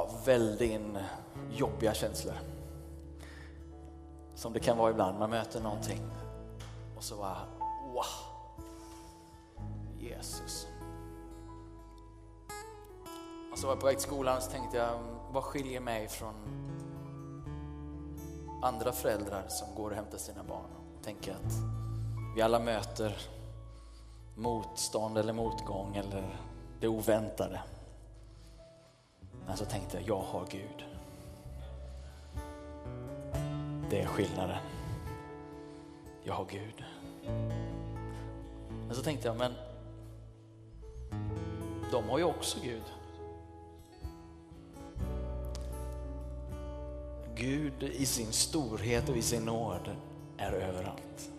vällde in jobbiga känslor. Som det kan vara ibland. Man möter någonting och så bara, wow, Jesus. Och så var jag på väg till skolan och så tänkte jag, vad skiljer mig från andra föräldrar som går och hämtar sina barn? Och tänker att vi alla möter motstånd eller motgång eller det oväntade. Men så tänkte jag har Gud. Det är skillnaden. Jag har Gud. Men så tänkte jag, men de har ju också Gud. Gud i sin storhet och i sin nåd är överallt.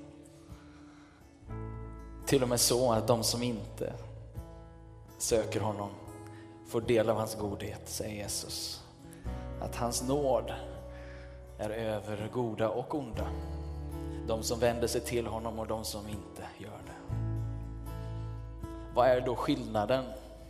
Till och med så att de som inte söker honom får del av hans godhet, säger Jesus. Att hans nåd är över goda och onda. De som vänder sig till honom och de som inte gör det. Vad är då skillnaden?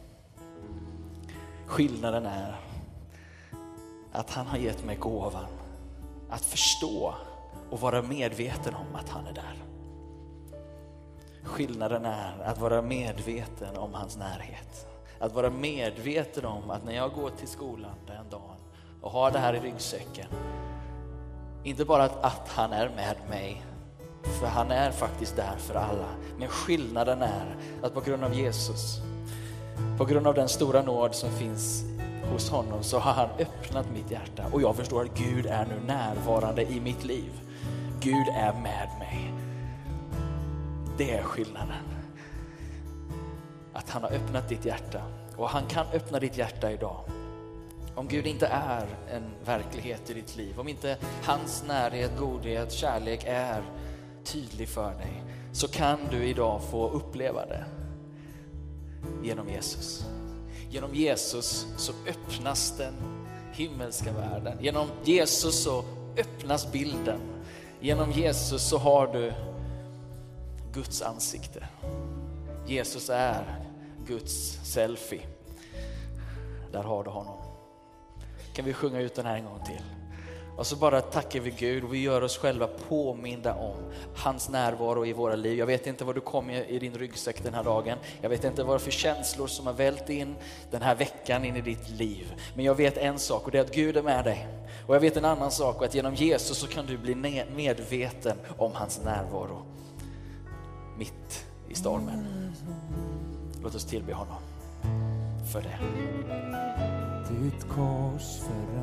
Skillnaden är att han har gett mig gåvan att förstå och vara medveten om att han är där. Skillnaden är att vara medveten om hans närhet. Att vara medveten om att när jag går till skolan den dagen och har det här i ryggsäcken, inte bara att han är med mig, för han är faktiskt där för alla. Men skillnaden är att på grund av Jesus, på grund av den stora nåd som finns hos honom, så har han öppnat mitt hjärta. Och jag förstår att Gud är nu närvarande i mitt liv. Gud är med mig. Det är skillnaden. Att han har öppnat ditt hjärta. Och han kan öppna ditt hjärta idag. Om Gud inte är en verklighet i ditt liv, om inte hans närhet, godhet, kärlek är tydlig för dig, så kan du idag få uppleva det genom Jesus. Genom Jesus så öppnas den himmelska världen. Genom Jesus så öppnas bilden. Genom Jesus så har du Guds ansikte. Jesus är Guds selfie. Där har du honom. Kan vi sjunga ut den här en gång till? Och så bara tackar vi Gud och vi gör oss själva påminda om hans närvaro i våra liv. Jag vet inte vad du kom i din ryggsäck den här dagen. Jag vet inte vad det är för känslor som har vält in den här veckan in i ditt liv. Men jag vet en sak, och det är att Gud är med dig. Och jag vet en annan sak, och att genom Jesus så kan du bli medveten om hans närvaro mitt i stormen. Låt oss tillbe honom för det. Ditt kors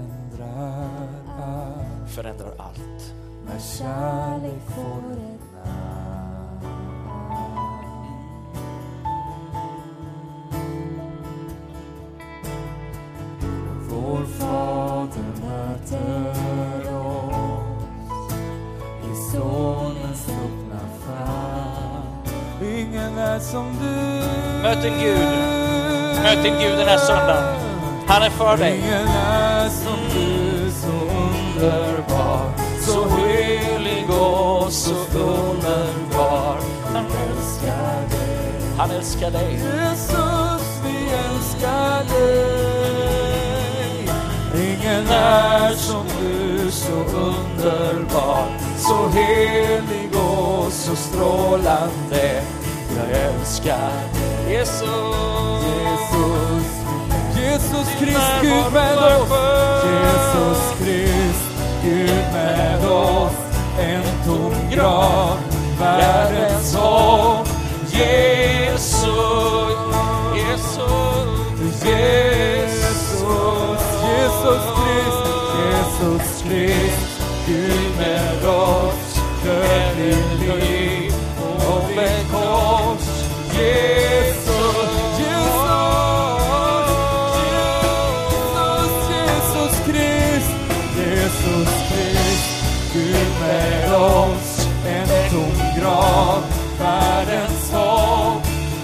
förändrar allt. När kärlek får ett namn. Vår Fader möter oss i Sonens öppna famn. Ingen är som du. Möt en Gud den här söndagen. Han är för dig. Ingen är som du, så underbar, så helig och så underbar. Han älskar dig. Han älskar dig. Jesus, vi älskar dig. Ingen är som du, så underbar, så helig och så strålande. Jag älskar dig. Jesus Krist, Gud med oss. Jesus Krist, Gud med oss. En tom grav, världens hopp. Jesus Krist, Gud med oss. Död i liv och med kors. Jesus Krist, Gud med oss, en tom grav, världens hopp.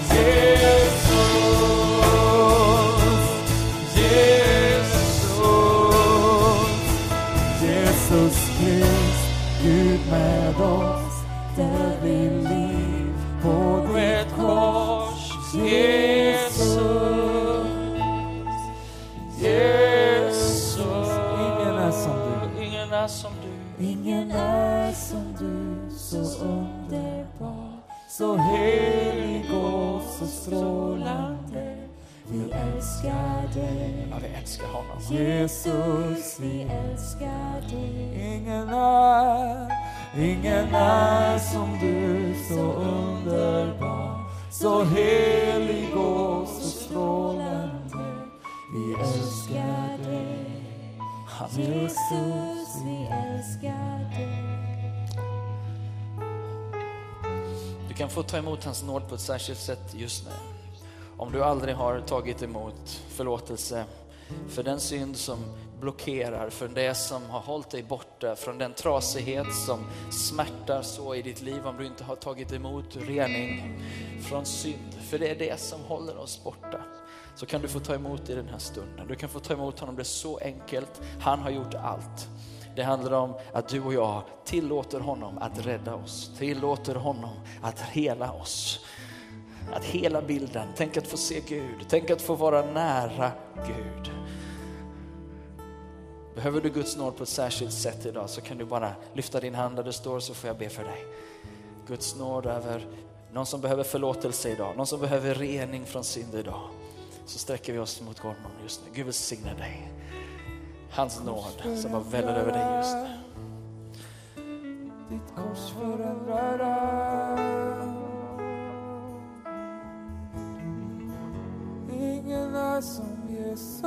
Jesus Krist, Gud med oss, där vi liv på ditt kors. Jesus. är som du. Ingen är som du, så underbar, så helig och så strålande. Vi älskar dig. Ja, vi älskar honom. Jesus, vi älskar dig. Ingen är som du, så underbar, så helig och så strålande. Vi älskar dig. Jesus, vi älskar dig. Du kan få ta emot hans nåd på ett särskilt sätt just nu. Om du aldrig har tagit emot förlåtelse för den synd som blockerar, för det som har hållit dig borta, från den trasighet som smärtar så i ditt liv, om du inte har tagit emot rening från synd, för det är det som håller oss borta, så kan du få ta emot i den här stunden. Du kan få ta emot honom, det är så enkelt. Han har gjort allt. Det handlar om att du och jag tillåter honom att rädda oss, tillåter honom att hela oss. Att hela bilden, tänk att få se Gud, tänk att få vara nära Gud. Behöver du Guds nåd på ett särskilt sätt idag, så kan du bara lyfta din hand där du står, så får jag be för dig. Guds nåd över någon som behöver förlåtelse idag, någon som behöver rening från synd idag. Så sträcker vi oss mot honom just nu. Gud välsigne dig. Hans nåd som bara väller över dig just nu. Ditt kors förändrar allt. Ingen är som Jesus.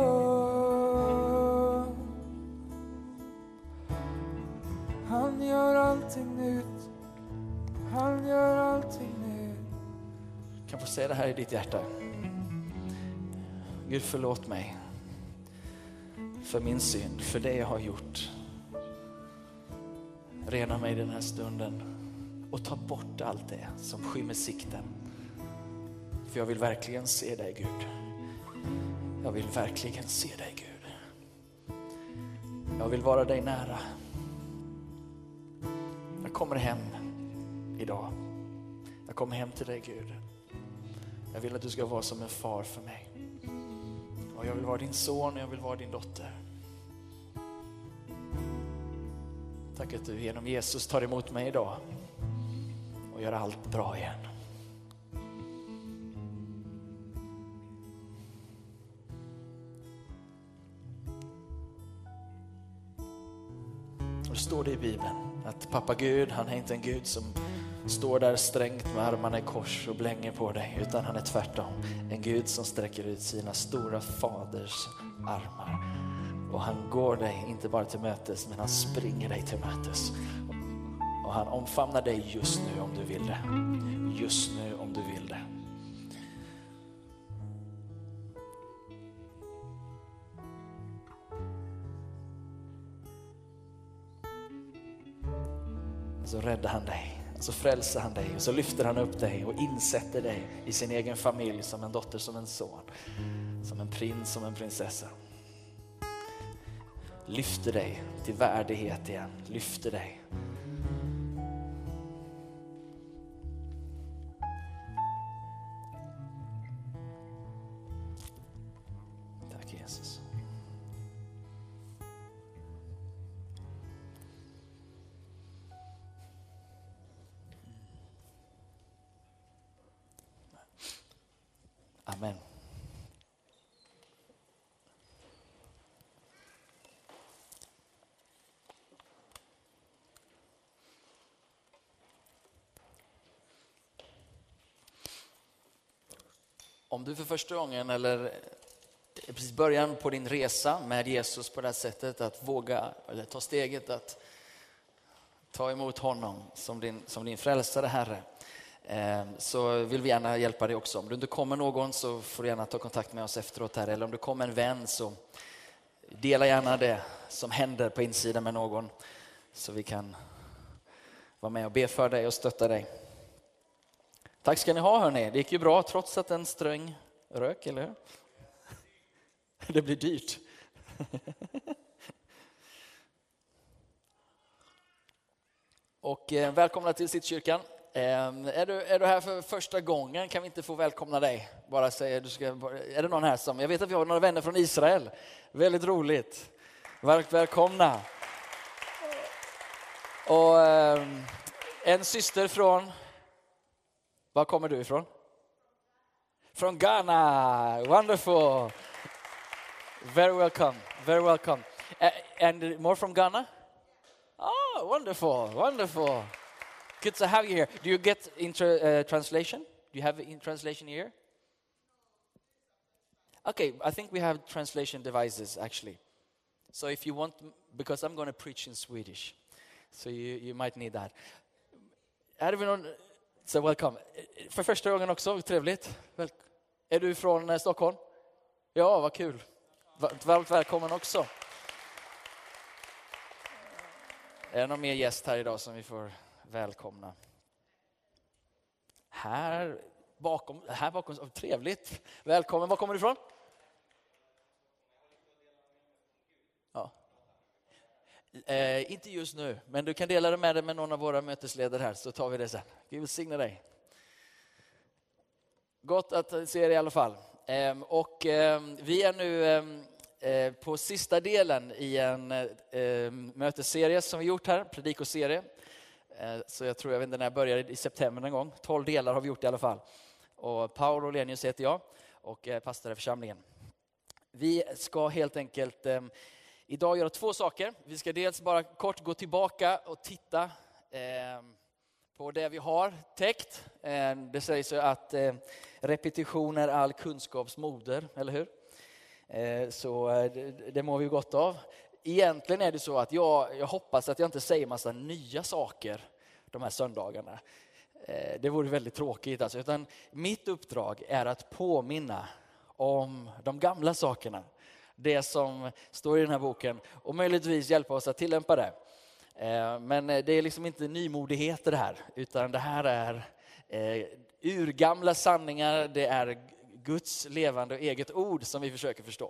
Han gör allting nytt. Han gör allting nytt. Du kan få säga det här i ditt hjärta. Gud, förlåt mig för min synd, för det jag har gjort. Rena mig den här stunden och ta bort allt det som skymmer sikten. För jag vill verkligen se dig, Gud. Jag vill verkligen se dig, Gud. Jag vill vara dig nära. Jag kommer hem idag. Jag kommer hem till dig, Gud. Jag vill att du ska vara som en far för mig. Och jag vill vara din son och jag vill vara din dotter. Tack att du genom Jesus tar emot mig idag och gör allt bra igen. Och det står det i Bibeln att pappa Gud, han är inte en Gud som står där strängt med armarna i kors och blänger på dig, utan han är tvärtom en Gud som sträcker ut sina stora faders armar. Och han går dig inte bara till mötes, men han springer dig till mötes. Och han omfamnar dig just nu om du vill det. Just nu om du vill det. Så räddar han dig. Så frälser han dig och så lyfter han upp dig och insätter dig i sin egen familj som en dotter, som en son, som en prins, som en prinsessa. Lyfter dig till värdighet igen, lyfter dig. Tack Jesus. Amen. Om du för första gången eller precis början på din resa med Jesus på det här sättet, att våga eller ta steget att ta emot honom som din frälsare Herre, så vill vi gärna hjälpa dig också. Om du inte kommer någon så får du gärna ta kontakt med oss efteråt här, eller om du kommer en vän så dela gärna det som händer på insidan med någon, så vi kan vara med och be för dig och stötta dig. Tack ska ni ha, hörni. Det gick ju bra trots att en sträng rök, eller hur? Det blir dyrt. Och välkomna till Sittkyrkan. Är du här för första gången kan vi inte få välkomna dig. Bara säga, är det någon här som... Jag vet att vi har några vänner från Israel. Väldigt roligt. Välkomna. Och en syster från, var kommer du ifrån? Från Ghana, wonderful. Very welcome, very welcome. And more from Ghana? Oh, wonderful, wonderful. Good to have you here. Do you get translation? Do you have in translation here? Okay, I think we have translation devices actually. So if you want, because I'm going to preach in Swedish, so you might need that. So welcome. För första gången också, trevligt. Är du från Stockholm? Ja, vad kul. Varmt välkommen också. Är det någon mer gäst här idag som vi får välkomna? Här bakom, trevligt. Välkommen, var kommer du ifrån? Ja. Inte just nu, men du kan dela det med dig med någon av våra mötesledare här, så tar vi det sen. Gud välsigne dig. Gott att se er i alla fall. Vi är nu på sista delen i en mötesserie som vi gjort här, predikoserie. Så jag vet inte när jag började, i september en gång. 12 delar har vi gjort i alla fall. Och Paul Olenius heter jag och är pastor i församlingen. Vi ska helt enkelt idag göra 2 saker. Vi ska dels bara kort gå tillbaka och titta på det vi har täckt. Det sägs ju att repetition är all kunskaps moder, eller hur? Så det mår vi gott av. Egentligen är det så att jag hoppas att jag inte säger massa nya saker de här söndagarna. Det vore väldigt tråkigt alltså. Utan mitt uppdrag är att påminna om de gamla sakerna. Det som står i den här boken. Och möjligtvis hjälpa oss att tillämpa det. Men det är liksom inte nymodigheter det här. Utan det här är urgamla sanningar. Det är Guds levande och eget ord som vi försöker förstå.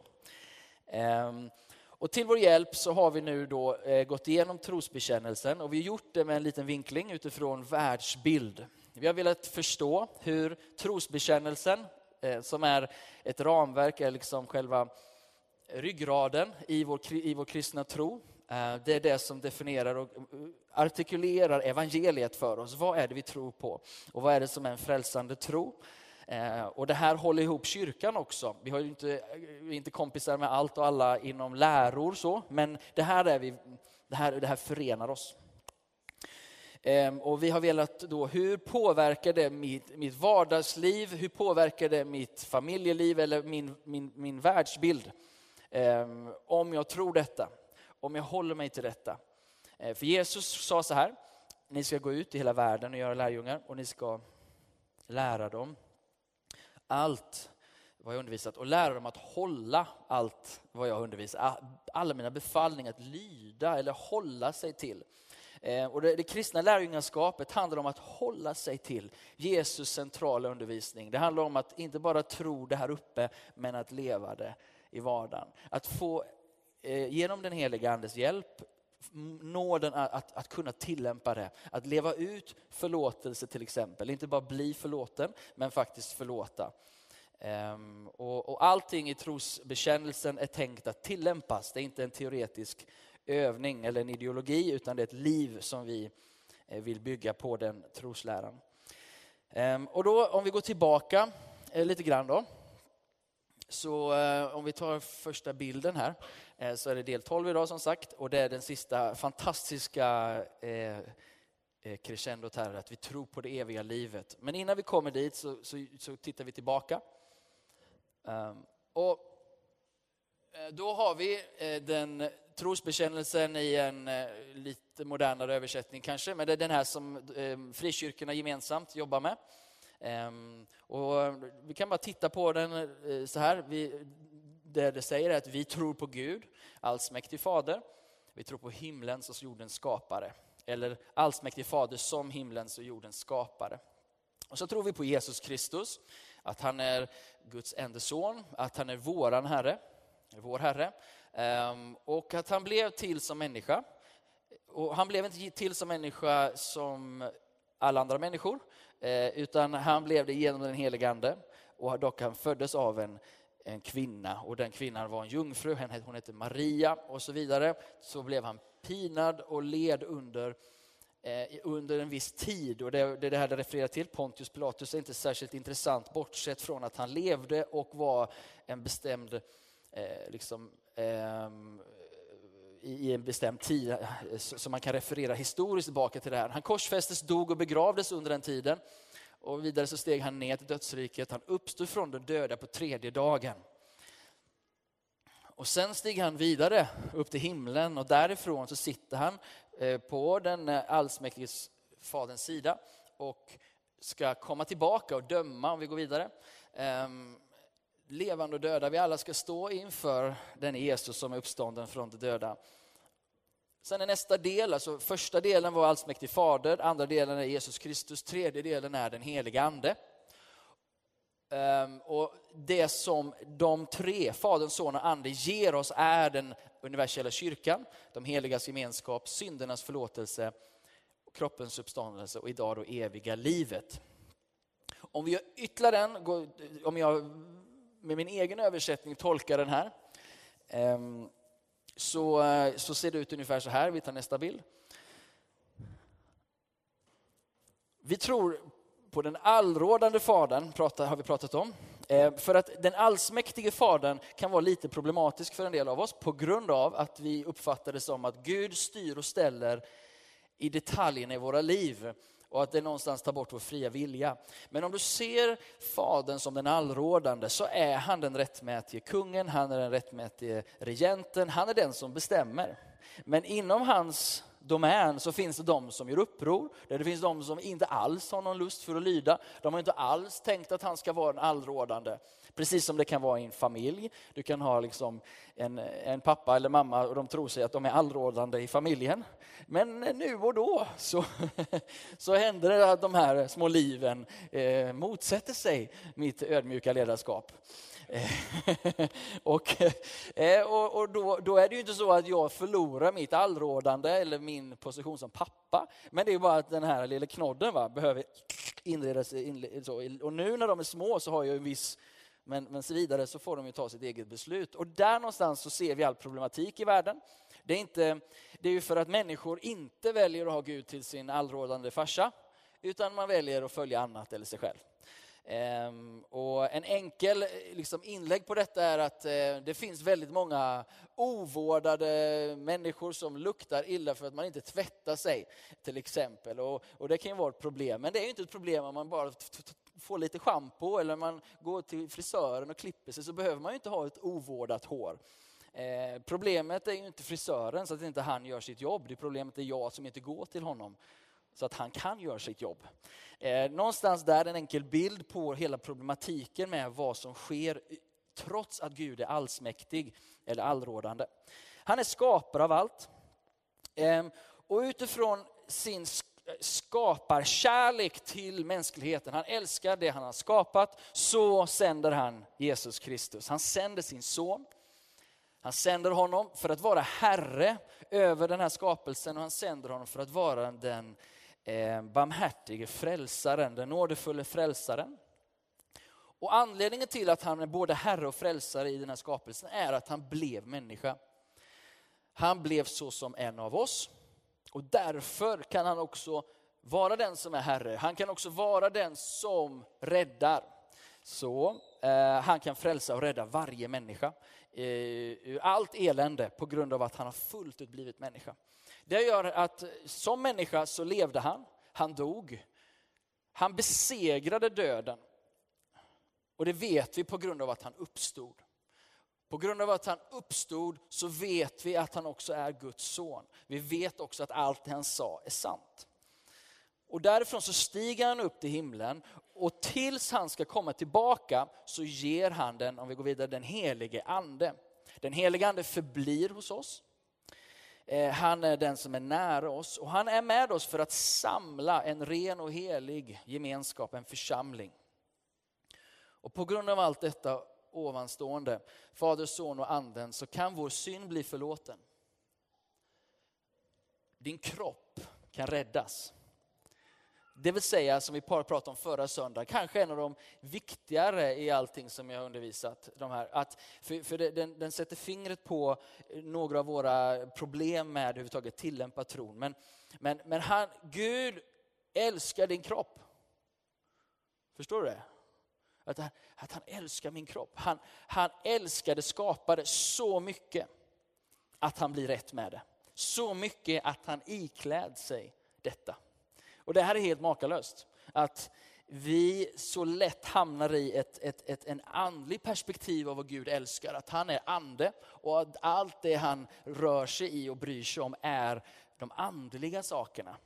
Och till vår hjälp så har vi nu då gått igenom trosbekännelsen. Och vi har gjort det med en liten vinkling utifrån världsbild. Vi har velat förstå hur trosbekännelsen, som är ett ramverk, är liksom själva ryggraden i vår kristna tro. Det är det som definierar och artikulerar evangeliet för oss. Vad är det vi tror på? Och vad är det som är en frälsande tro? Och det här håller ihop kyrkan också. Vi har ju inte kompisar med allt och alla inom läror så, men det här förenar oss. Och vi har velat då, hur påverkar det mitt vardagsliv? Hur påverkar det mitt familjeliv eller min världsbild? Om jag tror detta, om jag håller mig till detta. För Jesus sa så här: ni ska gå ut i hela världen och göra lärjungar, och ni ska lära dem allt vad jag undervisat och lära dem att hålla allt vad jag undervisat. Alla mina befallningar att lyda eller hålla sig till. Och det kristna lärjungaskapet handlar om att hålla sig till Jesus centrala undervisning. Det handlar om att inte bara tro det här uppe, men att leva det i vardagen. Att få genom den heliga andes hjälp nåden att kunna tillämpa det. Att leva ut förlåtelse till exempel. Inte bara bli förlåten, men faktiskt förlåta. Och allting i trosbekännelsen är tänkt att tillämpas. Det är inte en teoretisk övning eller en ideologi, utan det är ett liv som vi vill bygga på den trosläran. Och då, om vi går tillbaka lite grann då. Så om vi tar första bilden här, så är det del 12 idag som sagt. Och det är den sista fantastiska crescendot här, att vi tror på det eviga livet. Men innan vi kommer dit så tittar vi tillbaka. Och då har vi den trosbekännelsen i en lite modernare översättning kanske. Men det är den här som frikyrkorna gemensamt jobbar med. Och vi kan bara titta på den så här. Det säger är att vi tror på Gud, allsmäktig fader. Vi tror på himlens och jordens skapare. Eller allsmäktig fader som himlens och jordens skapare. Och så tror vi på Jesus Kristus, att han är Guds enda son, att han är vår Herre. Och att han blev till som människa. Och han blev inte till som människa som alla andra människor, utan han blev det genom den helige ande. Och dock han föddes av en kvinna, och den kvinnan var en jungfru, hon hette Maria och så vidare. Så blev han pinad och led under under en viss tid. Och det här det refererar till, Pontius Pilatus, är inte särskilt intressant bortsett från att han levde och var en bestämd i en bestämd tid, så man kan referera historiskt tillbaka till det här. Han korsfästes, dog och begravdes under den tiden. Och vidare så steg han ner till dödsriket. Han uppstod från de döda på 3:e dagen. Och sen steg han vidare upp till himlen, och därifrån så sitter han på den allsmäktige faderns sida och ska komma tillbaka och döma, om vi går vidare. Levande och döda, vi alla ska stå inför den Jesus som är uppstånden från de döda. Sen är nästa del, alltså första delen var allsmäktig fader, andra delen är Jesus Kristus, tredje delen är den heliga ande. Och det som de tre, Fadern, Son och Ande, ger oss är den universella kyrkan, de heligas gemenskap, syndernas förlåtelse, kroppens uppståndelse och idag då eviga livet. Om vi yttlar den, om jag med min egen översättning tolkar den här, så ser det ut ungefär så här. Vi tar nästa bild. Vi tror på den allrådande fadern, har vi pratat om. För att den allsmäktige fadern kan vara lite problematisk för en del av oss på grund av att vi uppfattar det som att Gud styr och ställer i detaljerna i våra liv. Och att det någonstans tar bort vår fria vilja. Men om du ser fadern som den allrådande, så är han den rättmätige kungen, han är den rättmätige regenten, han är den som bestämmer. Men inom hans domän så finns det de som gör uppror, där det finns de som inte alls har någon lust för att lyda. De har inte alls tänkt att han ska vara den allrådande. Precis som det kan vara i en familj. Du kan ha liksom en pappa eller mamma och de tror sig att de är allrådande i familjen. Men nu och då så händer det att de här små liven motsätter sig mitt ödmjuka ledarskap. och då är det ju inte så att jag förlorar mitt allrådande eller min position som pappa. Men det är bara att den här lilla knodden behöver inreda sig. Och nu när de är små så har jag en viss... Men så vidare så får de ju ta sitt eget beslut. Och där någonstans så ser vi all problematik i världen. Det är ju för att människor inte väljer att ha Gud till sin allrådande farsa. Utan man väljer att följa annat eller sig själv. Och en enkel inlägg på detta är att det finns väldigt många ovårdade människor som luktar illa för att man inte tvättar sig till exempel. Och det kan ju vara ett problem. Men det är ju inte ett problem om man bara får lite shampoo eller man går till frisören och klipper sig, så behöver man ju inte ha ett ovårdat hår. Problemet är ju inte frisören så att inte han gör sitt jobb. Det problemet är jag som inte går till honom så att han kan göra sitt jobb. Någonstans där en enkel bild på hela problematiken med vad som sker trots att Gud är allsmäktig eller allrådande. Han är skapare av allt. Och utifrån sin skaparkärlek till mänskligheten, han älskar det han har skapat, så sänder han Jesus Kristus. Han sänder sin son. Han sänder honom för att vara herre över den här skapelsen, och han sänder honom för att vara den barmhärtige frälsaren, den nådefulla frälsaren. Och anledningen till att han är både herre och frälsare i den här skapelsen är att han blev människa. Han blev så som en av oss, och därför kan han också vara den som är herre. Han kan också vara den som räddar. Så han kan frälsa och rädda varje människa ur allt elände på grund av att han har fullt ut blivit människa. Det gör att som människa så levde han dog, han besegrade döden. Och det vet vi på grund av att han uppstod. På grund av att han uppstod så vet vi att han också är Guds son. Vi vet också att allt det han sa är sant. Och därifrån så stiger han upp till himlen, och tills han ska komma tillbaka så ger han den, om vi går vidare, den helige ande. Den helige ande förblir hos oss. Han är den som är nära oss, och han är med oss för att samla en ren och helig gemenskap, en församling. Och på grund av allt detta ovanstående, Fader, Son och Anden, så kan vår synd bli förlåten. Din kropp kan räddas. Det vill säga, som vi pratade om förra söndagen, kanske en av de viktigare i allting som jag har undervisat. De här. Den sätter fingret på några av våra problem med överhuvudtaget tillämpa tron. Men Gud älskar din kropp. Förstår du det? Att han älskar min kropp. Han älskar det skapade så mycket att han blir rätt med det. Så mycket att han ikläd sig detta. Och det här är helt makalöst. Att vi så lätt hamnar i en andlig perspektiv av vad Gud älskar. Att han är ande och att allt det han rör sig i och bryr sig om är de andliga sakerna.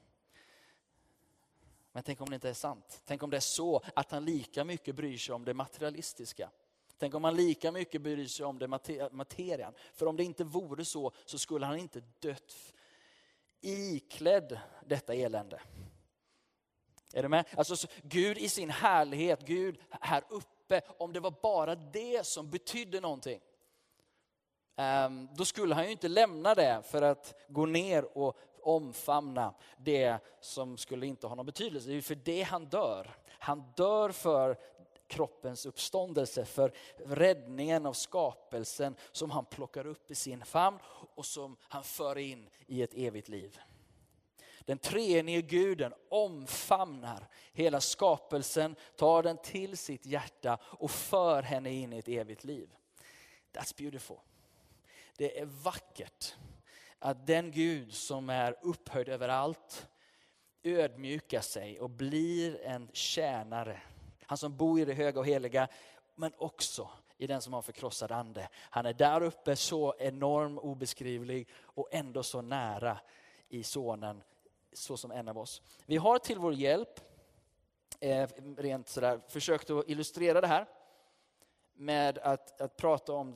Men tänk om det inte är sant. Tänk om det är så att han lika mycket bryr sig om det materialistiska. Tänk om han lika mycket bryr sig om det materian. För om det inte vore så skulle han inte dött iklädd detta elände. Är du med? Alltså Gud i sin härlighet, Gud här uppe, om det var bara det som betydde någonting. Då skulle han ju inte lämna det för att gå ner och omfamna det som skulle inte ha någon betydelse. Det är ju för det han dör. Han dör för kroppens uppståndelse, för räddningen av skapelsen som han plockar upp i sin famn och som han för in i ett evigt liv. Den treenige Guden omfamnar hela skapelsen, tar den till sitt hjärta och för henne in i ett evigt liv. That's beautiful. Det är vackert att den Gud som är upphöjd över allt ödmjukar sig och blir en tjänare. Han som bor i det höga och heliga, men också i den som har förkrossad ande. Han är där uppe så enorm, obeskrivlig och ändå så nära i sonen, så som en av oss. Vi har till vår hjälp rent sådär försökt att illustrera det här med att prata om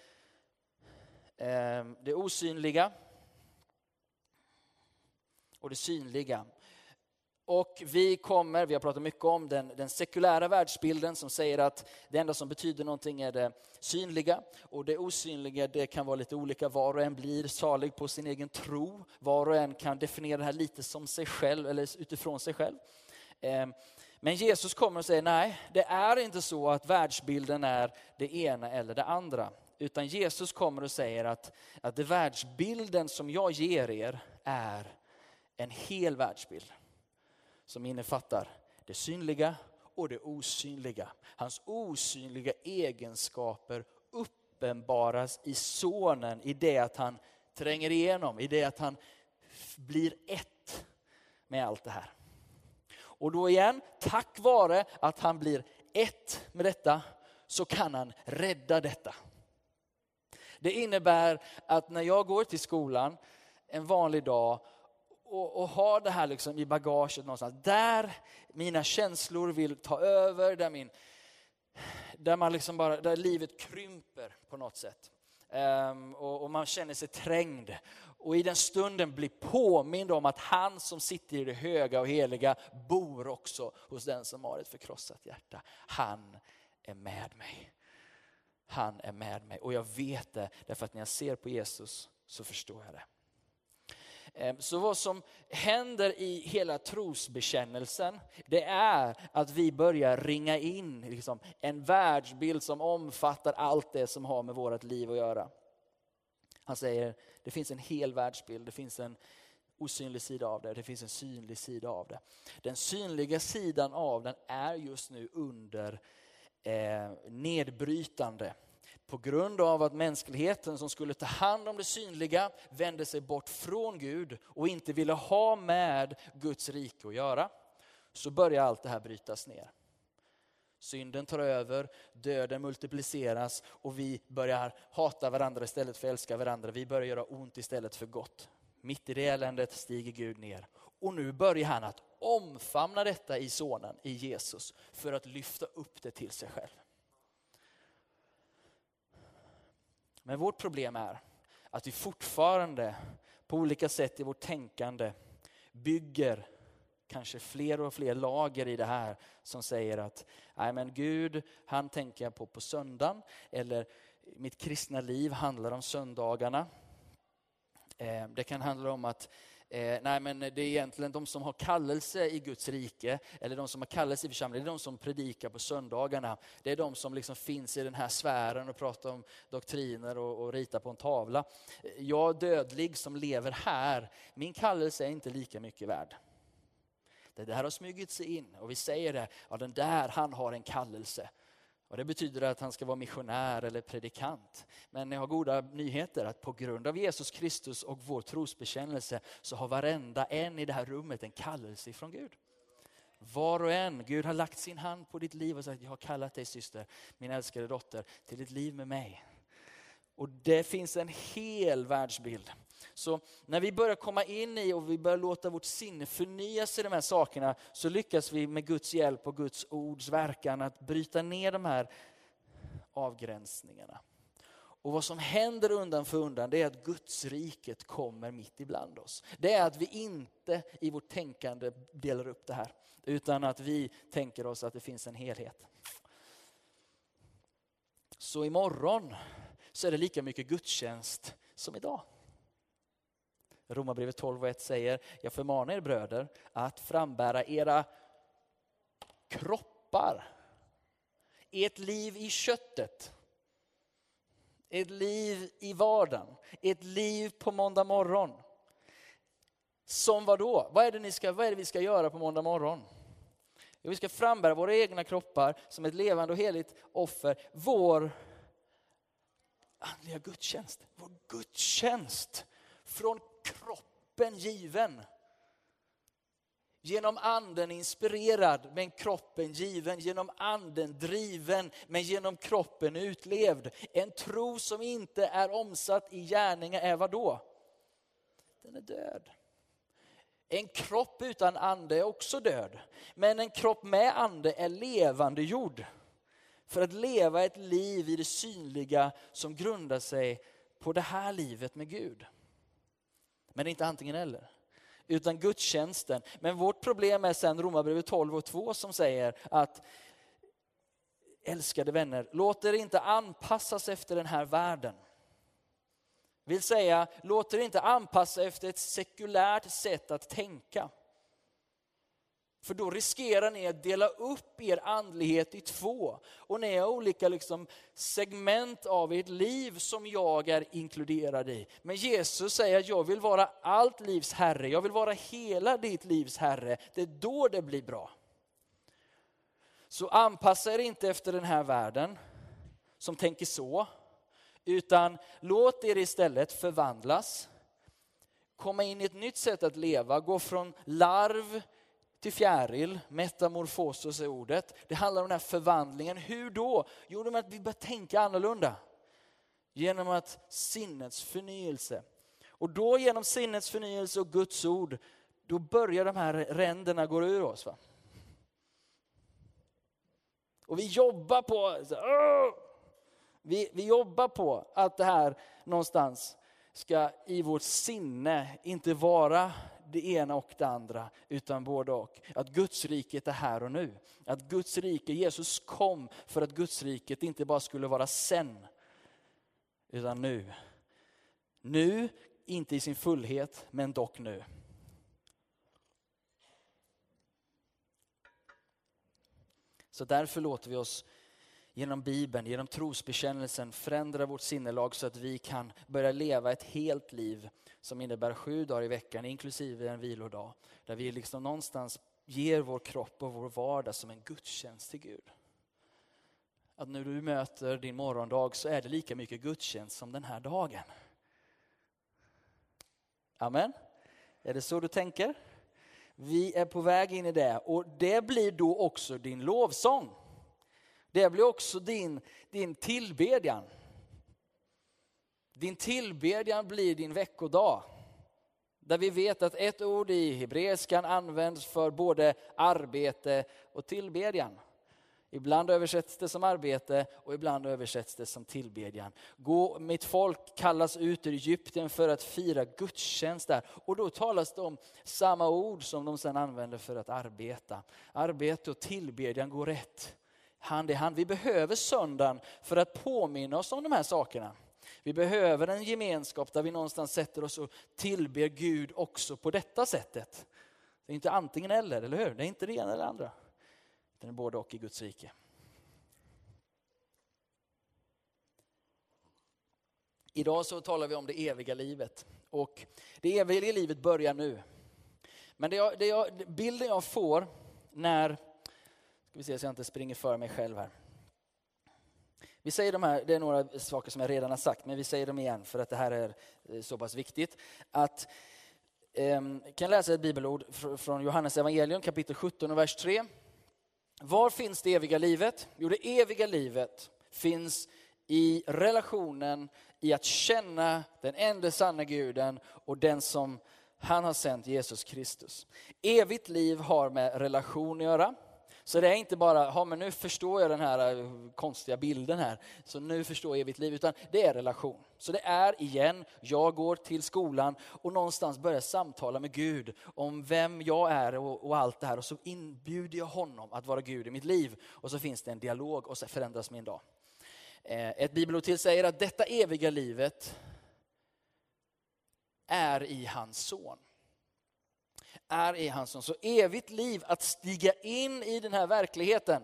det osynliga och det synliga. Och vi har pratat mycket om den sekulära världsbilden som säger att det enda som betyder någonting är det synliga. Och det osynliga, det kan vara lite olika. Var och en blir salig på sin egen tro. Var och en kan definiera det här lite som sig själv eller utifrån sig själv. Men Jesus kommer och säger nej, det är inte så att världsbilden är det ena eller det andra. Utan Jesus kommer och säger att det världsbilden som jag ger er är en hel världsbild. Som innefattar det synliga och det osynliga. Hans osynliga egenskaper uppenbaras i sonen, i det att han tränger igenom, i det att han blir ett med allt det här. Och då igen, tack vare att han blir ett med detta så kan han rädda detta. Det innebär att när jag går till skolan en vanlig dag och har det här liksom i bagaget någonstans, där mina känslor vill ta över, där livet krymper på något sätt. Och man känner sig trängd. Och i den stunden blir påmind om att han som sitter i det höga och heliga bor också hos den som har ett förkrossat hjärta. Han är med mig. Han är med mig. Och jag vet det därför att när jag ser på Jesus så förstår jag det. Så vad som händer i hela trosbekännelsen, det är att vi börjar ringa in en världsbild som omfattar allt det som har med vårt liv att göra. Han säger, det finns en hel världsbild, det finns en osynlig sida av det, det finns en synlig sida av det. Den synliga sidan av den är just nu under nedbrytande. På grund av att mänskligheten som skulle ta hand om det synliga vände sig bort från Gud och inte ville ha med Guds rike att göra, så börjar allt det här brytas ner. Synden tar över, döden multipliceras och vi börjar hata varandra istället för att älska varandra. Vi börjar göra ont istället för gott. Mitt i det eländet stiger Gud ner. Och nu börjar han att omfamna detta i sonen, i Jesus, för att lyfta upp det till sig själv. Men vårt problem är att vi fortfarande på olika sätt i vårt tänkande bygger kanske fler och fler lager i det här som säger att nej men Gud, han tänker jag på söndagen, eller mitt kristna liv handlar om söndagarna. Det kan handla om att Nej, men det är egentligen de som har kallelse i Guds rike, eller de som har kallelse i församlingen, det är de som predikar på söndagarna. Det är de som liksom finns i den här sfären och pratar om doktriner och ritar på en tavla. Jag dödlig som lever här, min kallelse är inte lika mycket värd. Det där har smugit sig in och vi säger det, ja den där han har en kallelse. Och det betyder att han ska vara missionär eller predikant. Men jag har goda nyheter att på grund av Jesus Kristus och vår trosbekännelse så har varenda en i det här rummet en kallelse från Gud. Var och en, Gud har lagt sin hand på ditt liv och sagt, jag har kallat dig syster, min älskade dotter, till ett liv med mig. Och det finns en hel världsbild. Så när vi börjar komma in i och vi börjar låta vårt sinne förnyas i de här sakerna, så lyckas vi med Guds hjälp och Guds ords verkan att bryta ner de här avgränsningarna. Och vad som händer undan för undan, det är att Guds riket kommer mitt ibland oss. Det är att vi inte i vårt tänkande delar upp det här, utan att vi tänker oss att det finns en helhet. Så imorgon så är det lika mycket gudstjänst som idag. Romarbrevet 12:1 säger, jag förmanar er bröder att frambära era kroppar. Ert liv i köttet. Ett liv i vardagen. Ett liv på måndag morgon. Som vad då? Vad är det vi ska göra på måndag morgon? Vi ska frambära våra egna kroppar som ett levande och heligt offer. Vår andliga gudstjänst. Vår gudstjänst. Från kroppen given. Genom anden inspirerad, men kroppen given. Genom anden driven, men genom kroppen utlevd. En tro som inte är omsatt i gärningar är vad då? Den är död. En kropp utan ande är också död. Men en kropp med ande är levande gjord. För att leva ett liv i det synliga som grundar sig på det här livet med Gud. Men det är inte antingen eller. Utan gudstjänsten. Men vårt problem är sen Romarbrevet 12:2 som säger att älskade vänner, låt er inte anpassas efter den här världen. Vill säga, låt er inte anpassa efter ett sekulärt sätt att tänka. För då riskerar ni att dela upp er andlighet i två. Och ni har olika segment av ert liv som jag är inkluderad i. Men Jesus säger att jag vill vara allt livs herre. Jag vill vara hela ditt livs herre. Det är då det blir bra. Så anpassa er inte efter den här världen som tänker så. Utan låt er istället förvandlas. Komma in i ett nytt sätt att leva. Gå från larv till fjäril, metamorfosos är ordet. Det handlar om den här förvandlingen. Hur då? Jo, det är att vi börjar tänka annorlunda. Genom att sinnets förnyelse. Och då genom sinnets förnyelse och Guds ord, då börjar de här ränderna gå ur oss. Va? Och vi jobbar på vi jobbar på att det här någonstans ska i vårt sinne inte vara det ena och det andra, utan både och. Att Guds riket är här och nu. Att Guds rike, Jesus kom för att Guds riket inte bara skulle vara sen, utan nu. Nu, inte i sin fullhet, men dock nu. Så därför låter vi oss genom Bibeln, genom trosbekännelsen förändra vårt sinnelag så att vi kan börja leva ett helt liv som innebär 7 dagar i veckan, inklusive en vilodag. Där vi någonstans ger vår kropp och vår vardag som en gudstjänst till Gud. Att när du möter din morgondag så är det lika mycket gudstjänst som den här dagen. Amen. Är det så du tänker? Vi är på väg in i det, och det blir då också din lovsång. Det blir också din tillbedjan. Din tillbedjan blir din veckodag. Där vi vet att ett ord i hebreiskan används för både arbete och tillbedjan. Ibland översätts det som arbete och ibland översätts det som tillbedjan. Mitt folk kallas ut ur Egypten för att fira gudstjänst där. Och då talas det om samma ord som de sedan använder för att arbeta. Arbete och tillbedjan går rätt hand i hand. Vi behöver söndagen för att påminna oss om de här sakerna. Vi behöver en gemenskap där vi någonstans sätter oss och tillber Gud också på detta sättet. Det är inte antingen eller hur? Det är inte det ena eller det andra. Det är både och i Guds rike. Idag så talar vi om det eviga livet. Och det eviga livet börjar nu. Men bilden jag får när... Ska vi se så jag inte springer för mig själv här. Vi säger de här, det är några saker som jag redan har sagt, men vi säger dem igen för att det här är så pass viktigt. Att, kan läsa ett bibelord från Johannes evangelium kapitel 17 och vers 3. Var finns det eviga livet? Jo, det eviga livet finns i relationen i att känna den enda sanna guden och den som han har sänt, Jesus Kristus. Evigt liv har med relation att göra. Så det är inte bara, men nu förstår jag den här konstiga bilden här, så nu förstår jag evigt liv, utan det är relation. Så det är igen, jag går till skolan och någonstans börjar samtala med Gud om vem jag är och allt det här. Och så inbjuder jag honom att vara Gud i mitt liv. Och så finns det en dialog och så förändras min dag. Ett bibelord till säger att detta eviga livet är i hans son. Är i hans son. Så evigt liv, att stiga in i den här verkligheten,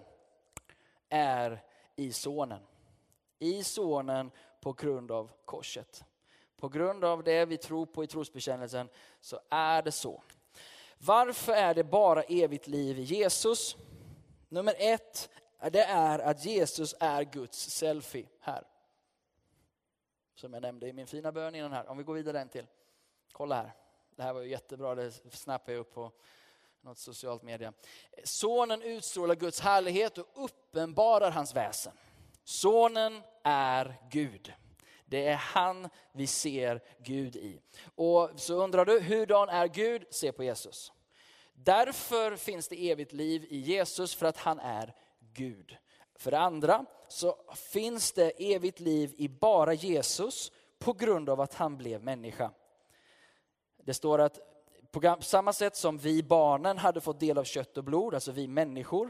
är i sonen. I sonen på grund av korset. På grund av det vi tror på i trosbekännelsen så är det så. Varför är det bara evigt liv i Jesus? Nummer 1, det är att Jesus är Guds selfie här. Som jag nämnde i min fina bön innan här. Om vi går vidare en till. Kolla här. Det här var ju jättebra, det snappade jag upp på något socialt media. Sonen utstrålar Guds härlighet och uppenbarar hans väsen. Sonen är Gud. Det är han vi ser Gud i. Och så undrar du, hurdan är Gud? Se på Jesus. Därför finns det evigt liv i Jesus, för att han är Gud. För det andra så finns det evigt liv i bara Jesus på grund av att han blev människa. Det står att på samma sätt som vi barnen hade fått del av kött och blod, alltså vi människor,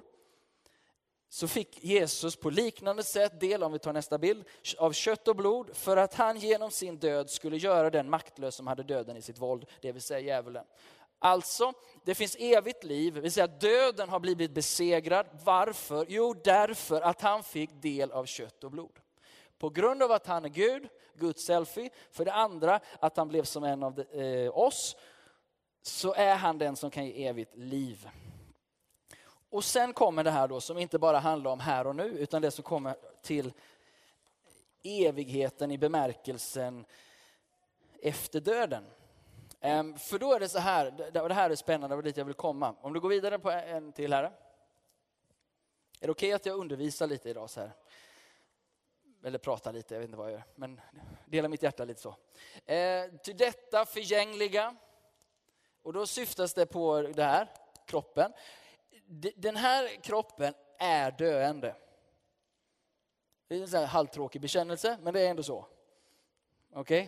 så fick Jesus på liknande sätt del, om vi tar nästa bild, av kött och blod, för att han genom sin död skulle göra den maktlös som hade döden i sitt våld, det vill säga djävulen. Alltså, det finns evigt liv, det vill säga döden har blivit besegrad. Varför? Jo, därför att han fick del av kött och blod. På grund av att han är Gud, Guds selfie. För det andra, att han blev som en av oss, så är han den som kan ge evigt liv. Och sen kommer det här då, som inte bara handlar om här och nu, utan det som kommer till evigheten i bemärkelsen efter döden. För då är det så här, och det här är spännande, och dit jag vill komma. Om du går vidare på en till här. Är det okej att jag undervisar lite idag så här? Eller pratar lite, jag vet inte vad jag gör. Men dela mitt hjärta lite så. Till detta förgängliga. Och då syftas det på det här, kroppen. Den här kroppen är döende. Det är en sån här halvtråkig bekännelse, men det är ändå så. Okej?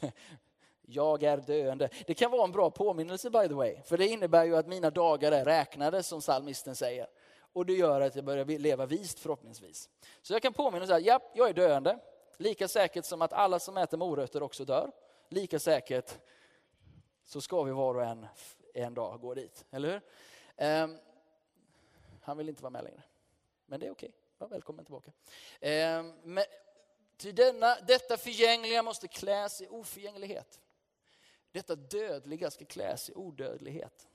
Jag är döende. Det kan vara en bra påminnelse, by the way. För det innebär ju att mina dagar är räknade, som psalmisten säger. Och det gör att jag börjar leva vist förhoppningsvis. Så jag kan påminna och säga, ja, jag är döende. Lika säkert som att alla som äter morötter också dör. Lika säkert så ska vi var och en dag gå dit. Eller hur? Han vill inte vara med längre. Men det är okej. Ja, välkommen tillbaka. Men till detta förgängliga måste kläs i oförgänglighet. Detta dödliga ska kläs i odödlighet.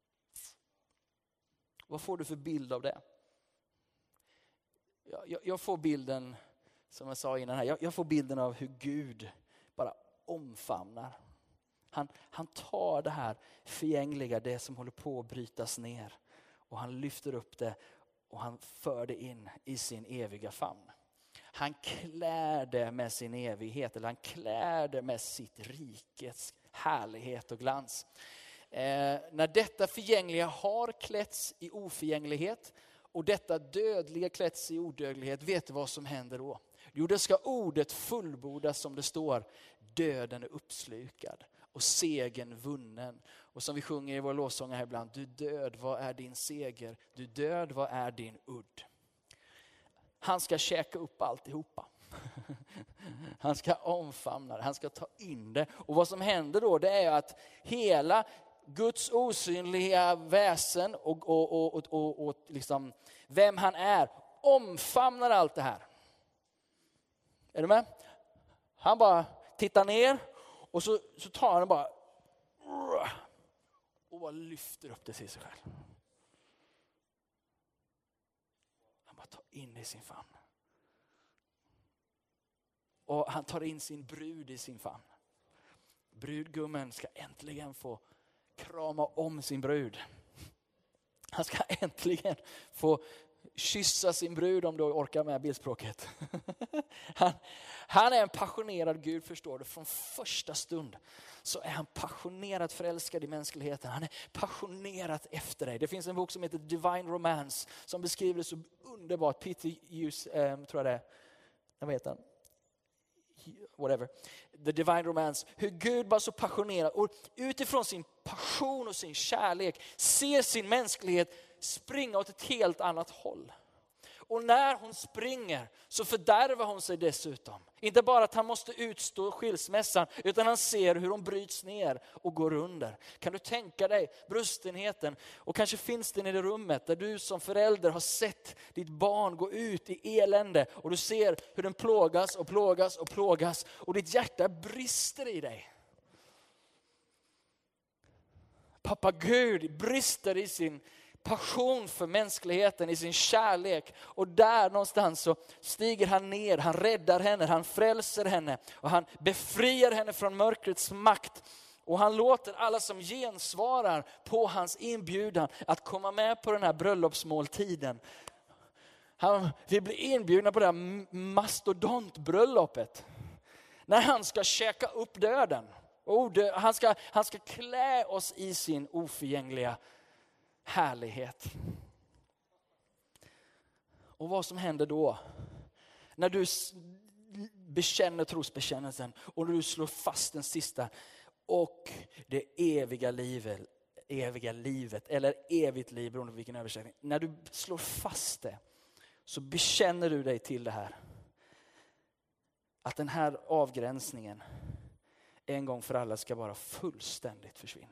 Vad får du för bild av det? Jag får bilden, som jag sa innan här, jag får bilden av hur Gud bara omfamnar. Han tar det här förgängliga, det som håller på att brytas ner, och han lyfter upp det och han för det in i sin eviga famn. Han klär det med sin evighet, eller han klär det med sitt rikets härlighet och glans. När detta förgängliga har klätts i oförgänglighet och detta dödliga klätts i odödlighet, vet du vad som händer då? Jo, det ska ordet fullbordas som det står: döden är uppslukad och segern vunnen. Och som vi sjunger i vår lovsång här ibland: du död, vad är din seger? Du död, vad är din udd? Han ska käka upp alltihopa. Han ska omfamna det, han ska ta in det. Och vad som händer då, det är att hela Guds osynliga väsen och liksom vem han är omfamnar allt det här. Är du med? Han bara tittar ner och så tar han bara och bara lyfter upp det till sig själv. Han bara tar in det i sin famn. Och han tar in sin brud i sin famn. Brudgummen ska äntligen få krama om sin brud. Han ska äntligen få kyssa sin brud, om du orkar med bildspråket. Han är en passionerad Gud, förstår du. Från första stund så är han passionerat förälskad i mänskligheten. Han är passionerat efter dig. Det finns en bok som heter Divine Romance som beskriver det så underbart. Peter Hughes, tror jag det är. Vad heter han? Whatever. The Divine Romance. Hur Gud var så passionerad och utifrån sin passion och sin kärlek ser sin mänsklighet springa åt ett helt annat håll. Och när hon springer så fördärvar hon sig dessutom. Inte bara att han måste utstå skilsmässan, utan han ser hur hon bryts ner och går under. Kan du tänka dig brustenheten? Och kanske finns den i det rummet där du som förälder har sett ditt barn gå ut i elände. Och du ser hur den plågas och plågas och plågas. Och ditt hjärta brister i dig. Pappa Gud brister i sin passion för mänskligheten, i sin kärlek. Och där någonstans så stiger han ner, han räddar henne, han frälser henne. Och han befriar henne från mörkrets makt. Och han låter alla som gensvarar på hans inbjudan att komma med på den här bröllopsmåltiden. Vi blir inbjudna på det här mastodontbröllopet. När han ska käka upp döden. Han ska klä oss i sin oförgängliga härlighet. Och vad som händer då? När du bekänner trosbekännelsen och du slår fast den sista och det eviga livet eller evigt liv, beroende på vilken översättning. När du slår fast det så bekänner du dig till det här. Att den här avgränsningen en gång för alla ska bara fullständigt försvinna.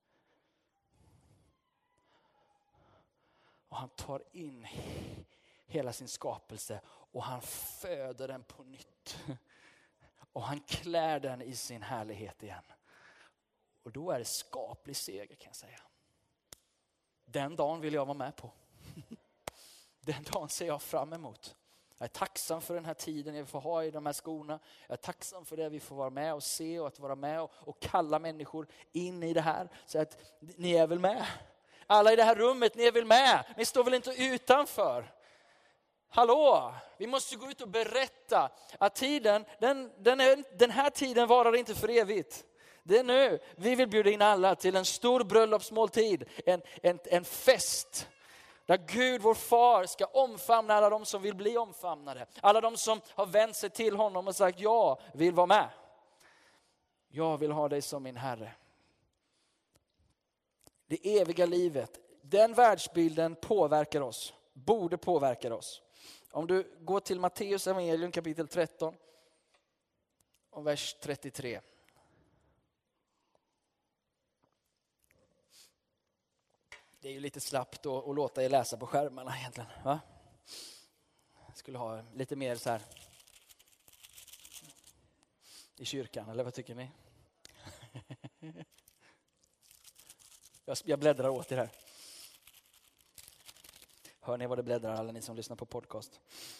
Och han tar in hela sin skapelse och han föder den på nytt. Och han klär den i sin härlighet igen. Och då är det skaplig seger, kan jag säga. Den dagen vill jag vara med på. Den dagen ser jag fram emot. Jag är tacksam för den här tiden jag får ha i de här skorna. Jag är tacksam för det vi får vara med och se och att vara med och kalla människor in i det här. Så att ni är väl med. Alla i det här rummet, ni är väl med? Ni står väl inte utanför? Hallå, vi måste gå ut och berätta att tiden, den här tiden varar inte för evigt. Det är nu. Vi vill bjuda in alla till en stor bröllopsmåltid, en fest. Där Gud, vår far, ska omfamna alla de som vill bli omfamnade. Alla de som har vänt sig till honom och sagt, jag vill vara med. Jag vill ha dig som min Herre. Det eviga livet, den världsbilden påverkar oss. Borde påverka oss. Om du går till Matteus evangelium kapitel 13 och vers 33. Det är ju lite slappt att låta er läsa på skärmarna egentligen. Va? Jag skulle ha lite mer så här i kyrkan, eller vad tycker ni? Jag bläddrar åt er här. Hör ni vad det bläddrar, alla ni som lyssnar på podcast?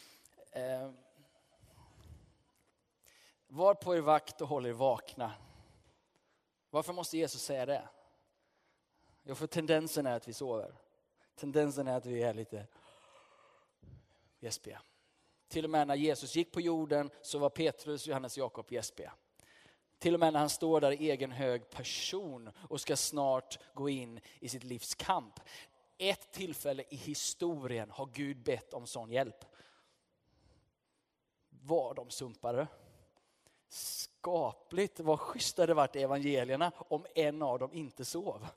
Var på er vakt och håll er vakna. Varför måste Jesus säga det? Jo, för tendensen är att vi sover. Tendensen är att vi är lite gäspiga. Till och med när Jesus gick på jorden så var Petrus, Johannes, Jakob gäspiga. Till och med när han står där i egen hög person och ska snart gå in i sitt livs kamp. Ett tillfälle i historien har Gud bett om sån hjälp. Var de sumpade? Skapligt, vad schysst det varit i evangelierna om en av dem inte sov.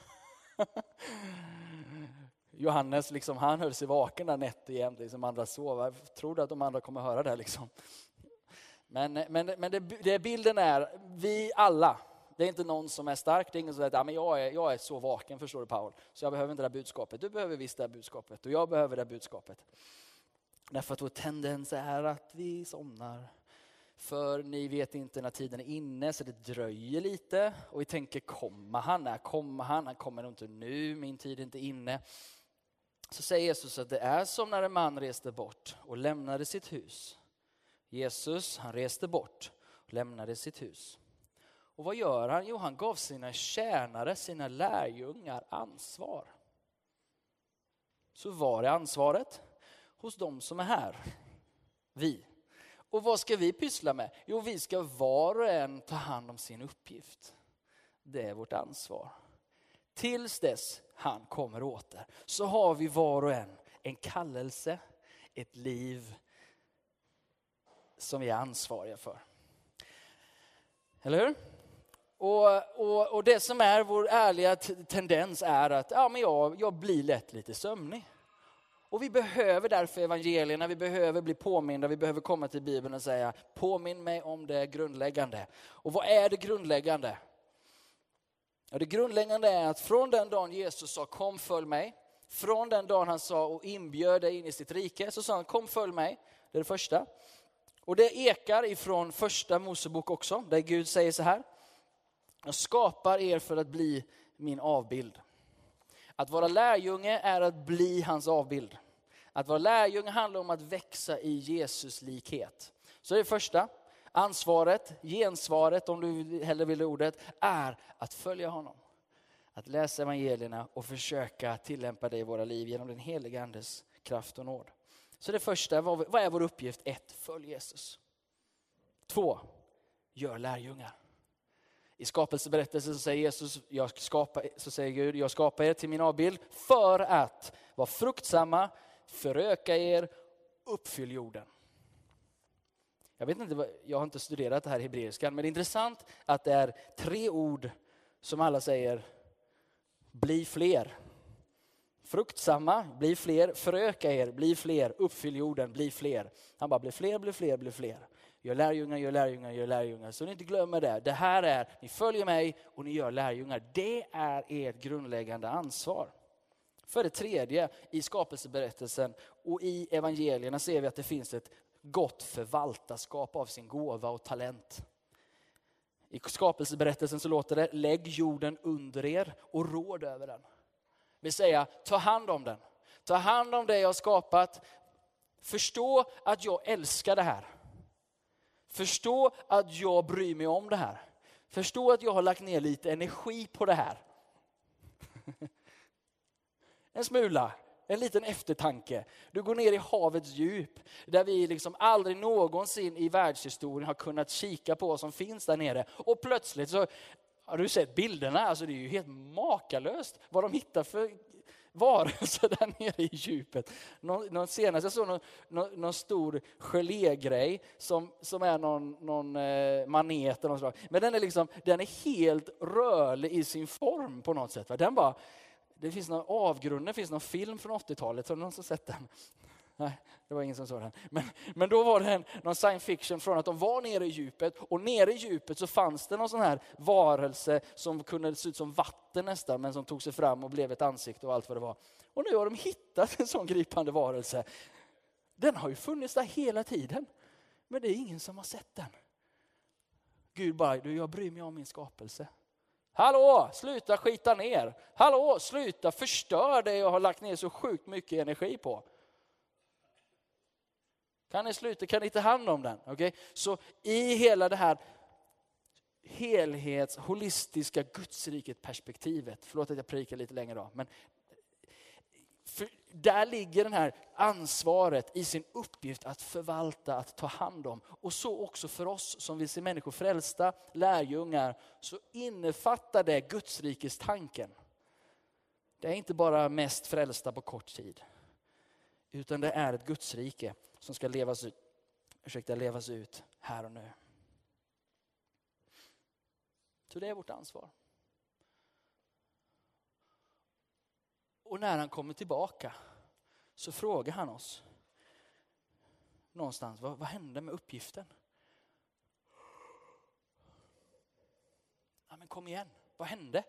Johannes, liksom, han höll sig vaken där nätt igen, liksom andra sov. Jag trodde att de andra kommer höra det liksom. Men det bilden är, vi alla, det är inte någon som är stark, det är ingen som säger att jag är så vaken, förstår du Paul, så jag behöver inte det här budskapet. Du behöver visst det här budskapet och jag behöver det här budskapet. Därför att vår tendens är att vi somnar. För ni vet inte när tiden är inne, så det dröjer lite. Och vi tänker, kommer han? När kommer han? Han kommer nog inte nu, min tid är inte inne. Så säger Jesus att det är som när en man reste bort och lämnade sitt hus. Jesus, han reste bort och lämnade sitt hus. Och vad gör han? Jo, han gav sina tjänare, sina lärjungar ansvar. Så var är ansvaret? Hos de som är här. Vi. Och vad ska vi pyssla med? Jo, vi ska var och en ta hand om sin uppgift. Det är vårt ansvar. Tills dess han kommer åter så har vi var och en kallelse, ett liv som vi är ansvariga för. Eller hur? Och det som är vår ärliga tendens är att jag blir lätt lite sömnig. Och vi behöver därför evangelierna, vi behöver bli påminda, vi behöver komma till Bibeln och säga, påminn mig om det grundläggande. Och vad är det grundläggande? Ja, det grundläggande är att från den dagen Jesus sa, kom följ mig. Från den dagen han sa och inbjöd dig in i sitt rike, så sa han, kom följ mig. Det är det första. Och det ekar ifrån första Mosebok också, där Gud säger så här. Jag skapar er för att bli min avbild. Att vara lärjunge är att bli hans avbild. Att vara lärjunge handlar om att växa i Jesus likhet. Så det är första. Ansvaret, gensvaret om du hellre vill ordet, är att följa honom. Att läsa evangelierna och försöka tillämpa det i våra liv genom den heliga andes kraft och nåd. Så det första, vad är vår uppgift? 1. Följ Jesus. 2. Gör lärjungar. I skapelseberättelsen så säger Jesus, Gud, jag skapar er till min avbild för att vara fruktsamma, föröka er, uppfyll jorden. Jag vet inte, jag har inte studerat det här i hebreiskan, men det är intressant att det är 3 ord som alla säger, bli fler. Fruktsamma, bli fler, föröka er, bli fler, uppfyll jorden, bli fler. Han bara, bli fler, bli fler, bli fler. Gör lärjungar, gör lärjungar, gör lärjungar. Så ni inte glömmer det. Det här är, ni följer mig och ni gör lärjungar. Det är ert grundläggande ansvar. För det tredje, i skapelseberättelsen och i evangelierna ser vi att det finns ett gott förvaltarskap av sin gåva och talent. I skapelseberättelsen så låter det, lägg jorden under er och råd över den. Vill säga, ta hand om den. Ta hand om det jag har skapat. Förstå att jag älskar det här. Förstå att jag bryr mig om det här. Förstå att jag har lagt ner lite energi på det här. En smula, en liten eftertanke. Du går ner i havets djup där vi liksom aldrig någonsin i världshistorien har kunnat kika på vad som finns där nere. Och plötsligt så har du sett bilderna, alltså det är ju helt makalöst vad de hittar för varelser där nere i djupet. Senast jag såg någon stor gelégrej som är någon manet eller något slag. Men den är helt rörlig i sin form på något sätt. Det finns någon avgrund, det finns någon film från 80-talet, så någon som sett den. Nej, det var ingen som såg den. Men då var det någon science fiction från att de var nere i djupet. Och nere i djupet så fanns det någon sån här varelse som kunde se ut som vatten nästan. Men som tog sig fram och blev ett ansikte och allt vad det var. Och nu har de hittat en sån gripande varelse. Den har ju funnits där hela tiden. Men det är ingen som har sett den. Gud bara, jag bryr mig om min skapelse. Hallå, sluta skita ner. Hallå, sluta förstör det jag har lagt ner så sjukt mycket energi på. Kan ni sluta? Kan ni ta hand om den? Okay? Så i hela det här holistiska Gudsriket perspektivet. Förlåt att jag predikar lite längre då. Men där ligger den här ansvaret i sin uppgift att förvalta, att ta hand om. Och så också för oss som vill se människor frälsta, lärjungar, så innefattar det Gudsrikes tanken. Det är inte bara mest frälsta på kort tid. Utan det är ett Gudsrike som ska levas ut här och nu. Så det är vårt ansvar. Och när han kommer tillbaka så frågar han oss någonstans, vad hände med uppgiften? kom igen. Vad hände?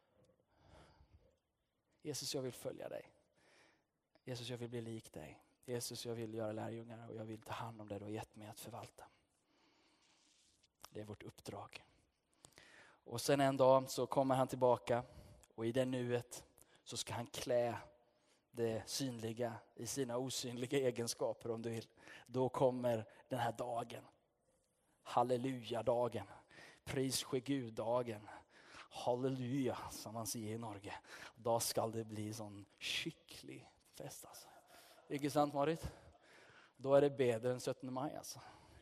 Jesus, jag vill följa dig. Jesus, jag vill bli lik dig. Jesus, jag vill göra lärjungar och jag vill ta hand om det du har gett mig att förvalta. Det är vårt uppdrag. Och sen en dag så kommer han tillbaka och i det nuet så ska han klä det synliga i sina osynliga egenskaper om du vill. Då kommer den här dagen. Halleluja-dagen. Pris ske Gud-dagen. Halleluja, som man säger i Norge. Då ska det bli sån skicklig fest alltså. Inte sant, Marit? Då är det bättre än 17 maj alltså.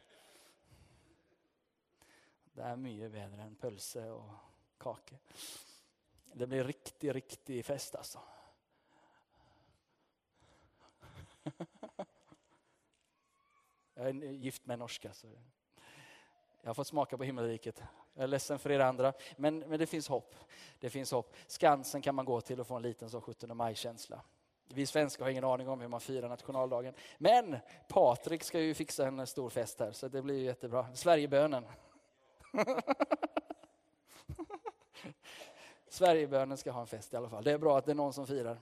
Det är mycket bättre än pölse och kake. Det blir riktig fest alltså. Jag är gift med norska så jag har fått smaka på himmelriket. Jag är ledsen för er andra, men det finns hopp. Det finns hopp. Skansen kan man gå till och få en liten så 17 maj-känsla. Vi svenskar har ingen aning om hur man firar nationaldagen. Men Patrik ska ju fixa en stor fest här så det blir jättebra. Sverigebönen. Sverigebönen ska ha en fest i alla fall. Det är bra att det är någon som firar.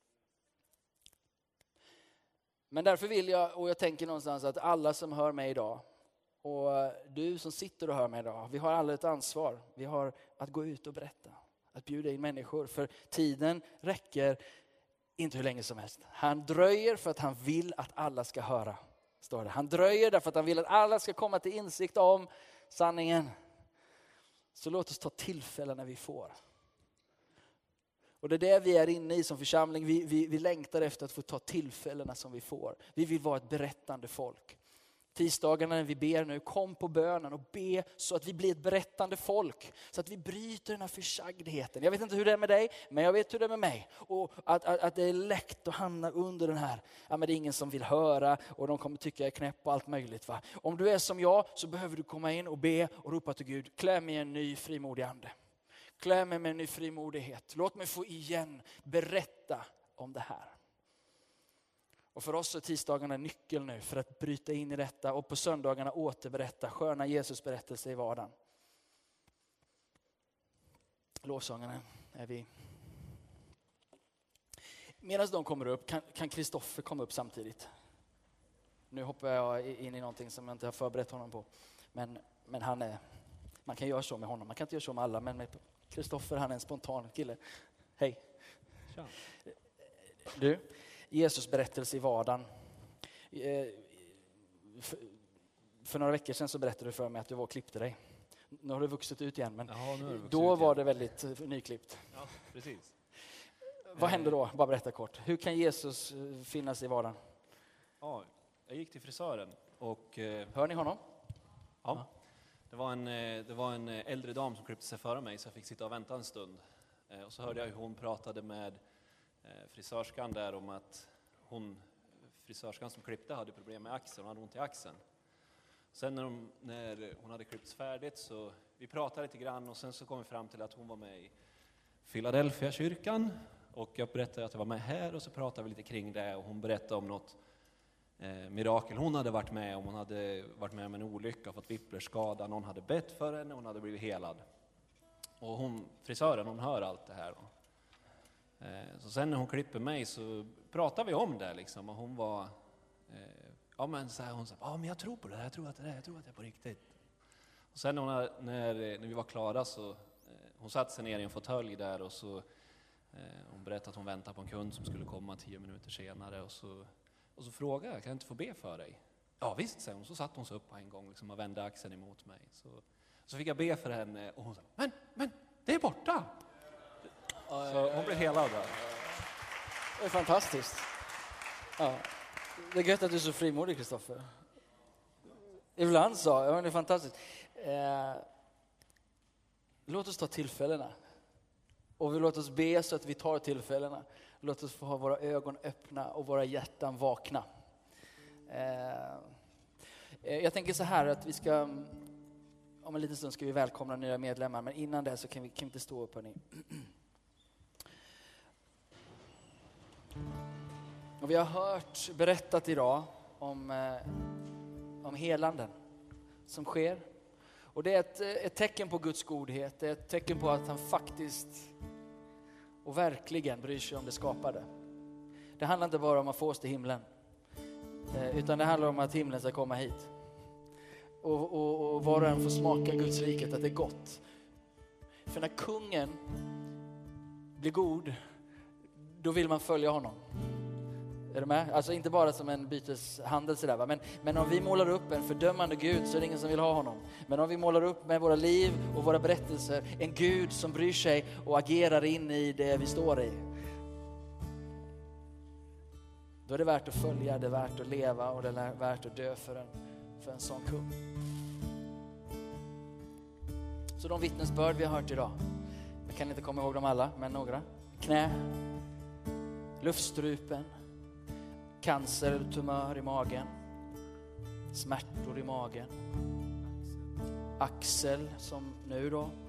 Men därför vill jag, och jag tänker någonstans att alla som hör mig idag och du som sitter och hör mig idag, vi har alla ett ansvar. Vi har att gå ut och berätta, att bjuda in människor. För tiden räcker inte hur länge som helst. Han dröjer för att han vill att alla ska höra, står det. Han dröjer därför att han vill att alla ska komma till insikt om sanningen. Så låt oss ta tillfällen när vi får. Och det är det vi är inne i som församling. Vi längtar efter att få ta tillfällena som vi får. Vi vill vara ett berättande folk. Tisdagarna när vi ber nu, kom på bönen och be så att vi blir ett berättande folk. Så att vi bryter den här försagdheten. Jag vet inte hur det är med dig, men jag vet hur det är med mig. Och att det är lätt att hamna under den här, ja men det är ingen som vill höra och de kommer tycka jag är knäpp och allt möjligt. Va? Om du är som jag så behöver du komma in och be och ropa till Gud. Klä mig en ny frimodig ande. Klä mig med en ny frimodighet. Låt mig få igen berätta om det här. Och för oss är tisdagarna nyckeln nu för att bryta in i detta. Och på söndagarna återberätta sköna Jesus berättelse i vardagen. Lovsångarna är vi. Medan de kommer upp kan Kristoffer komma upp samtidigt. Nu hoppar jag in i någonting som jag inte har förberett honom på. Men han är, man kan göra så med honom. Man kan inte göra så med alla, men med Kristoffer, han är en spontan kille. Hej. Tja. Du, Jesus berättelse i vardagen. För några veckor sedan så berättade du för mig att du var och klippte dig. Nu har du vuxit ut igen, men då var det väldigt nyklippt. Ja, precis. Vad hände då? Bara berätta kort. Hur kan Jesus finnas i vardagen? Ja, jag gick till frisören och... Hör ni honom? Ja. Det var en äldre dam som klippte sig före mig så jag fick sitta och vänta en stund. Och så hörde jag hur hon pratade med frisörskan där om att frisörskan som klippte hade problem med axeln, hon hade ont i axeln. Sen när hon hade klippts färdigt så vi pratade lite grann och sen så kom vi fram till att hon var med i Philadelphia kyrkan och jag berättade att jag var med här och så pratade vi lite kring det och hon berättade om något mirakel hon hade varit med om. Hon hade varit med om en olycka och fått whiplashskada, någon hade bett för henne och hon hade blivit helad. Och frisören, hon hör allt det här. Så sen när hon klipper mig så pratar vi om det liksom och hon var hon sa men jag tror på det, jag tror att det är på riktigt. Och sen när vi var klara så hon satt sig ner i en fåtölj där och så hon berättade att hon väntade på en kund som skulle komma 10 minuter senare och så frågade jag, kan jag inte få be för dig? Ja visst, sa hon. Så satt hon så upp på en gång liksom, och vände axeln emot mig. Så fick jag be för henne och hon sa, men det är borta. Så hon blev helad där. Det är fantastiskt. Ja. Det är gött att du är så frimodig, Kristoffer. Ibland så, det är fantastiskt. Låt oss ta tillfällena. Och vi låt oss be så att vi tar tillfällena. Låt oss få ha våra ögon öppna och våra hjärtan vakna. Jag tänker så här att vi ska, om en liten stund ska vi välkomna nya medlemmar. Men innan det så kan vi inte stå upp, hörni. Och vi har hört berättat idag om helanden som sker. Och det är ett tecken på Guds godhet. Det är ett tecken på att han faktiskt och verkligen bryr sig om det skapade. Det handlar inte bara om att få oss till himlen. Utan det handlar om att himlen ska komma hit. Och var och en får smaka Guds riket, att det är gott. För när kungen blir god, då vill man följa honom. Är du med? Alltså inte bara som en byteshandel sådär, va? Men om vi målar upp en fördömande Gud så är det ingen som vill ha honom. Men om vi målar upp med våra liv och våra berättelser en Gud som bryr sig och agerar in i det vi står i, då är det värt att följa, det är värt att leva och det är värt att dö för en sån kung. Så de vittnesbörd vi har hört idag, jag kan inte komma ihåg dem alla, men några. Knä, luftstrupen, cancer eller tumör i magen, smärtor i magen, axel som nu då,